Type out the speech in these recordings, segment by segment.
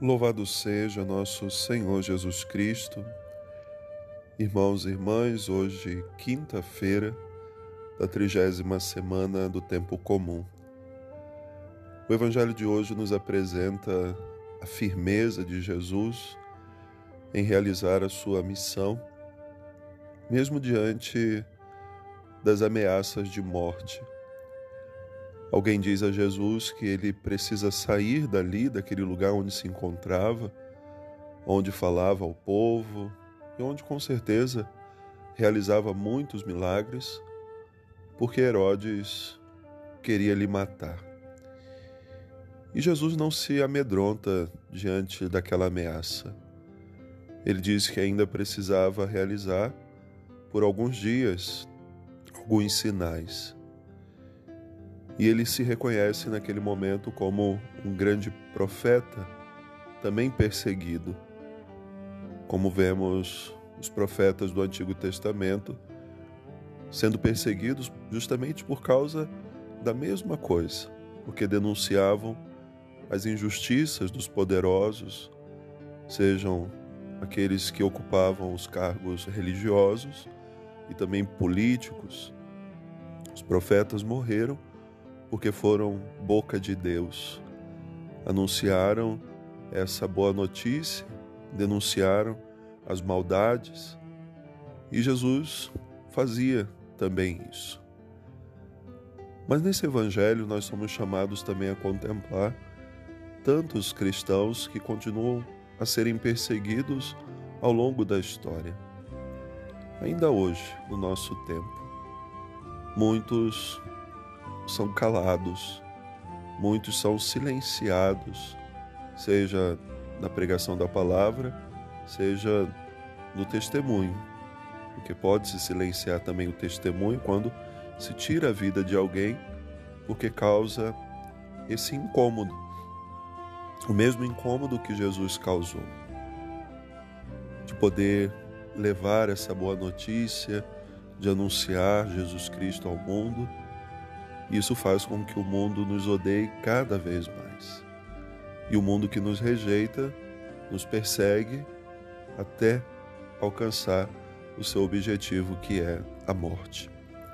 Louvado seja nosso Senhor Jesus Cristo. Irmãos e irmãs, hoje, quinta-feira da 30ª semana do Tempo Comum. O Evangelho de hoje nos apresenta a firmeza de Jesus em realizar a sua missão, mesmo diante das ameaças de morte. Alguém diz a Jesus que ele precisa sair dali, daquele lugar onde se encontrava, onde falava ao povo e onde com certeza realizava muitos milagres, porque Herodes queria lhe matar. E Jesus não se amedronta diante daquela ameaça. Ele diz que ainda precisava realizar por alguns dias alguns sinais. E ele se reconhece naquele momento como um grande profeta, também perseguido. Como vemos os profetas do Antigo Testamento sendo perseguidos justamente por causa da mesma coisa, porque denunciavam as injustiças dos poderosos, sejam aqueles que ocupavam os cargos religiosos e também políticos. Os profetas morreram porque foram boca de Deus, anunciaram essa boa notícia, denunciaram as maldades, e Jesus fazia também isso. Mas nesse Evangelho nós somos chamados também a contemplar tantos cristãos que continuam a serem perseguidos ao longo da história. Ainda hoje, no nosso tempo, muitos são calados, muitos são silenciados, seja na pregação da palavra, seja no testemunho, porque pode-se silenciar também o testemunho quando se tira a vida de alguém porque causa esse incômodo, o mesmo incômodo que Jesus causou, de poder levar essa boa notícia, de anunciar Jesus Cristo ao mundo. Isso faz com que o mundo nos odeie cada vez mais. E o mundo que nos rejeita, nos persegue até alcançar o seu objetivo, que é a morte.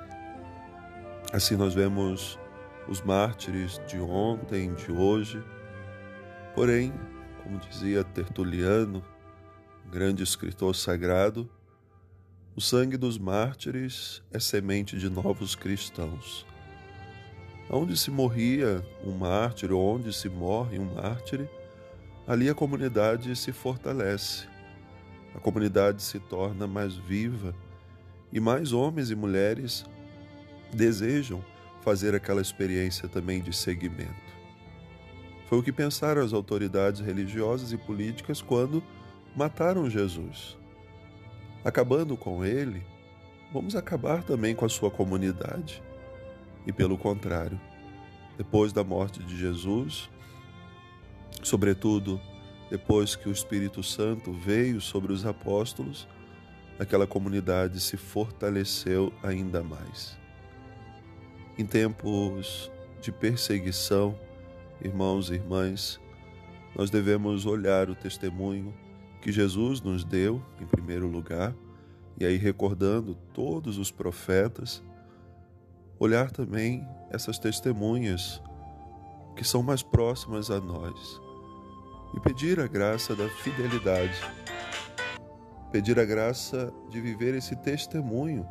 Assim nós vemos os mártires de ontem, de hoje. Porém, como dizia Tertuliano, um grande escritor sagrado, o sangue dos mártires é semente de novos cristãos. Onde se morria um mártir, ou onde se morre um mártir, ali a comunidade se fortalece, a comunidade se torna mais viva e mais homens e mulheres desejam fazer aquela experiência também de seguimento. Foi o que pensaram as autoridades religiosas e políticas quando mataram Jesus. Acabando com ele, vamos acabar também com a sua comunidade. E pelo contrário, depois da morte de Jesus, sobretudo depois que o Espírito Santo veio sobre os apóstolos, aquela comunidade se fortaleceu ainda mais. Em tempos de perseguição, irmãos e irmãs, nós devemos olhar o testemunho que Jesus nos deu, em primeiro lugar, e aí recordando todos os profetas, olhar também essas testemunhas que são mais próximas a nós e pedir a graça da fidelidade, pedir a graça de viver esse testemunho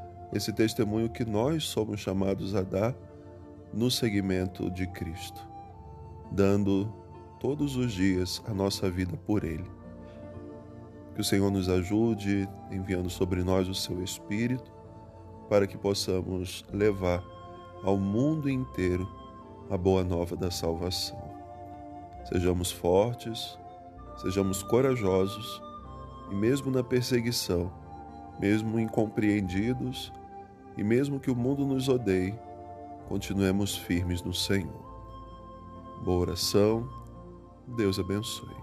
que nós somos chamados a dar no seguimento de Cristo, dando todos os dias a nossa vida por Ele. Que o Senhor nos ajude, enviando sobre nós o seu Espírito, para que possamos levar ao mundo inteiro a boa nova da salvação. Sejamos fortes, sejamos corajosos e mesmo na perseguição, mesmo incompreendidos e mesmo que o mundo nos odeie, continuemos firmes no Senhor. Boa oração, Deus abençoe.